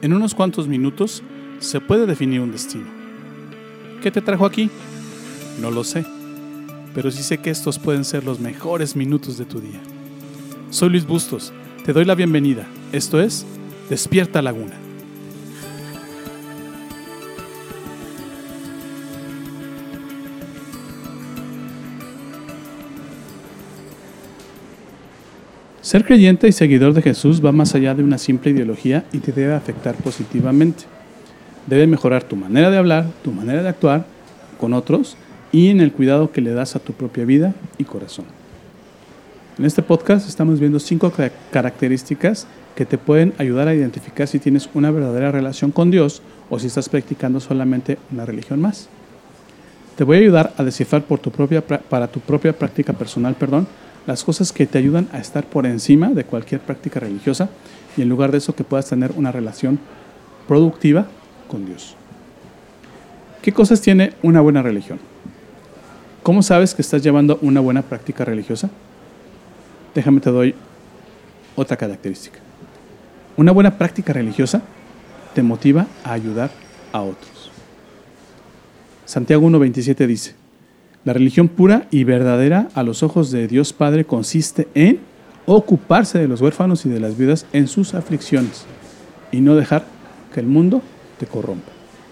En unos cuantos minutos se puede definir un destino. ¿Qué te trajo aquí? No lo sé, pero sí sé que estos pueden ser los mejores minutos de tu día. Soy Luis Bustos, te doy la bienvenida. Esto es Despierta Laguna. Ser creyente y seguidor de Jesús va más allá de una simple ideología y te debe afectar positivamente. Debe mejorar tu manera de hablar, tu manera de actuar con otros y en el cuidado que le das a tu propia vida y corazón. En este podcast estamos viendo 5 características que te pueden ayudar a identificar si tienes una verdadera relación con Dios o si estás practicando solamente una religión más. Te voy a ayudar a descifrar para tu propia práctica personal, las cosas que te ayudan a estar por encima de cualquier práctica religiosa y en lugar de eso que puedas tener una relación productiva con Dios. ¿Qué cosas tiene una buena religión? ¿Cómo sabes que estás llevando una buena práctica religiosa? Déjame te doy otra característica. Una buena práctica religiosa te motiva a ayudar a otros. Santiago 1:27 dice: la religión pura y verdadera a los ojos de Dios Padre consiste en ocuparse de los huérfanos y de las viudas en sus aflicciones y no dejar que el mundo te corrompa.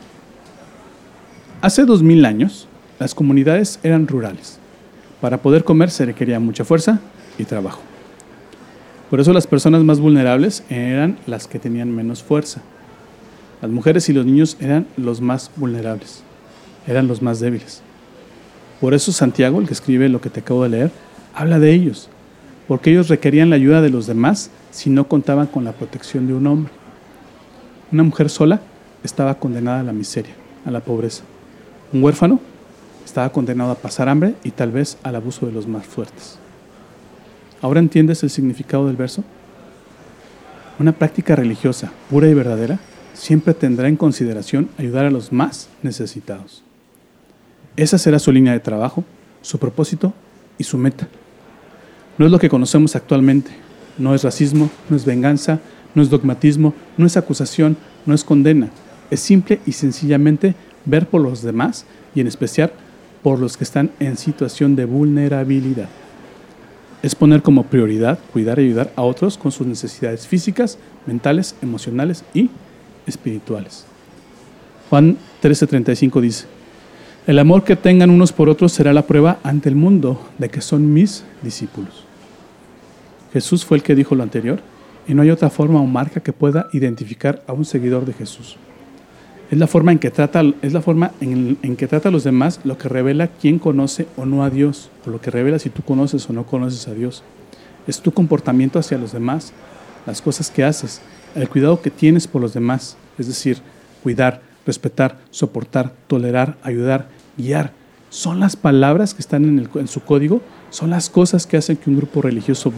Hace 2000 años, las comunidades eran rurales. Para poder comer se requería mucha fuerza y trabajo. Por eso las personas más vulnerables eran las que tenían menos fuerza. Las mujeres y los niños eran los más vulnerables, eran los más débiles. Por eso Santiago, el que escribe lo que te acabo de leer, habla de ellos, porque ellos requerían la ayuda de los demás si no contaban con la protección de un hombre. Una mujer sola estaba condenada a la miseria, a la pobreza. Un huérfano estaba condenado a pasar hambre y tal vez al abuso de los más fuertes. ¿Ahora entiendes el significado del verso? Una práctica religiosa pura y verdadera siempre tendrá en consideración ayudar a los más necesitados. Esa será su línea de trabajo, su propósito y su meta. No es lo que conocemos actualmente. No es racismo, no es venganza, no es dogmatismo, no es acusación, no es condena. Es simple y sencillamente ver por los demás y en especial por los que están en situación de vulnerabilidad. Es poner como prioridad cuidar y ayudar a otros con sus necesidades físicas, mentales, emocionales y espirituales. Juan 13:35 dice: el amor que tengan unos por otros será la prueba ante el mundo de que son mis discípulos. Jesús fue el que dijo lo anterior y no hay otra forma o marca que pueda identificar a un seguidor de Jesús. Es la forma en que trata a los demás lo que revela quién conoce o no a Dios, o lo que revela si tú conoces o no conoces a Dios. Es tu comportamiento hacia los demás, las cosas que haces, el cuidado que tienes por los demás, es decir, cuidar, respetar, soportar, tolerar, ayudar, guiar. Son las palabras que están en su código, son las cosas que hacen que un grupo religioso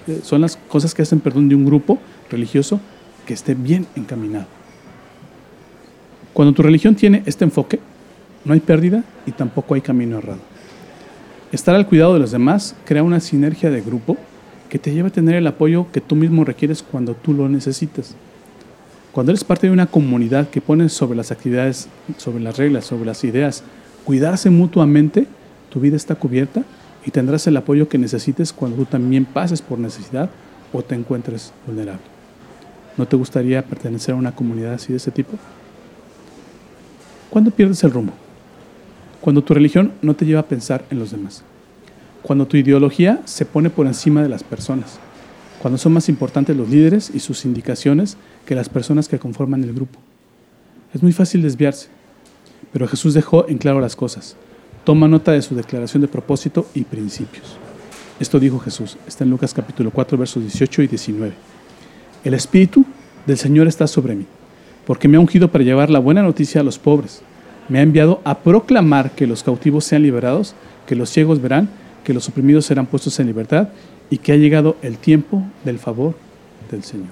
de un grupo religioso que esté bien encaminado. Cuando tu religión tiene este enfoque, no hay pérdida y tampoco hay camino errado. Estar al cuidado de los demás crea una sinergia de grupo que te lleva a tener el apoyo que tú mismo requieres cuando tú lo necesitas. Cuando eres parte de una comunidad que pone sobre las actividades, sobre las reglas, sobre las ideas, cuidarse mutuamente, tu vida está cubierta y tendrás el apoyo que necesites cuando tú también pases por necesidad o te encuentres vulnerable. ¿No te gustaría pertenecer a una comunidad así de ese tipo? ¿Cuándo pierdes el rumbo? Cuando tu religión no te lleva a pensar en los demás. Cuando tu ideología se pone por encima de las personas. Cuando son más importantes los líderes y sus indicaciones que las personas que conforman el grupo. Es muy fácil desviarse, pero Jesús dejó en claro las cosas. Toma nota de su declaración de propósito y principios. Esto dijo Jesús, está en Lucas capítulo 4, versos 18 y 19. El Espíritu del Señor está sobre mí, porque me ha ungido para llevar la buena noticia a los pobres. Me ha enviado a proclamar que los cautivos sean liberados, que los ciegos verán, que los oprimidos serán puestos en libertad y que ha llegado el tiempo del favor del Señor.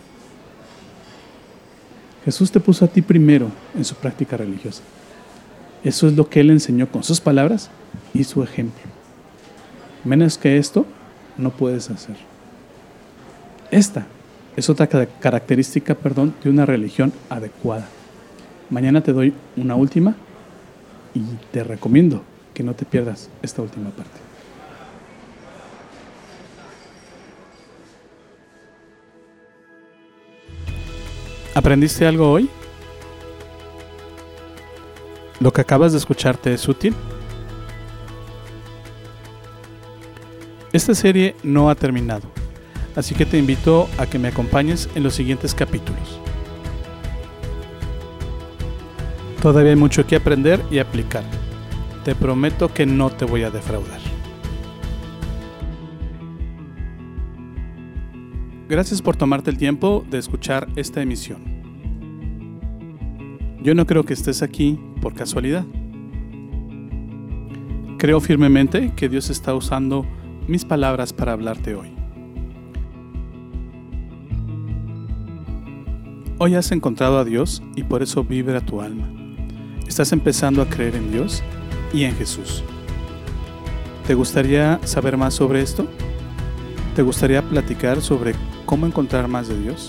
Jesús te puso a ti primero en su práctica religiosa. Eso es lo que Él enseñó con sus palabras y su ejemplo. Menos que esto, no puedes hacer. Esta Es otra característica, de una religión adecuada. Mañana te doy una última y te recomiendo que no te pierdas esta última parte. ¿Aprendiste algo hoy? ¿Lo que acabas de escuchar te es útil? Esta serie no ha terminado, así que te invito a que me acompañes en los siguientes capítulos. Todavía hay mucho que aprender y aplicar. Te prometo que no te voy a defraudar. Gracias por tomarte el tiempo de escuchar esta emisión. Yo no creo que estés aquí por casualidad. Creo firmemente que Dios está usando mis palabras para hablarte hoy. Hoy has encontrado a Dios y por eso vibra tu alma. Estás empezando a creer en Dios y en Jesús. ¿Te gustaría saber más sobre esto? ¿Te gustaría platicar sobre cómo encontrar más de Dios?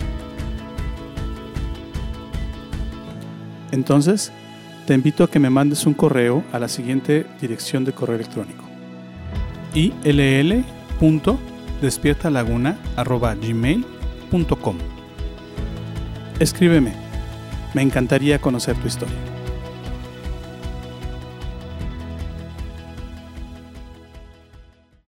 Entonces, te invito a que me mandes un correo a la siguiente dirección de correo electrónico: ill.despiertalaguna@gmail.com. Escríbeme, me encantaría conocer tu historia.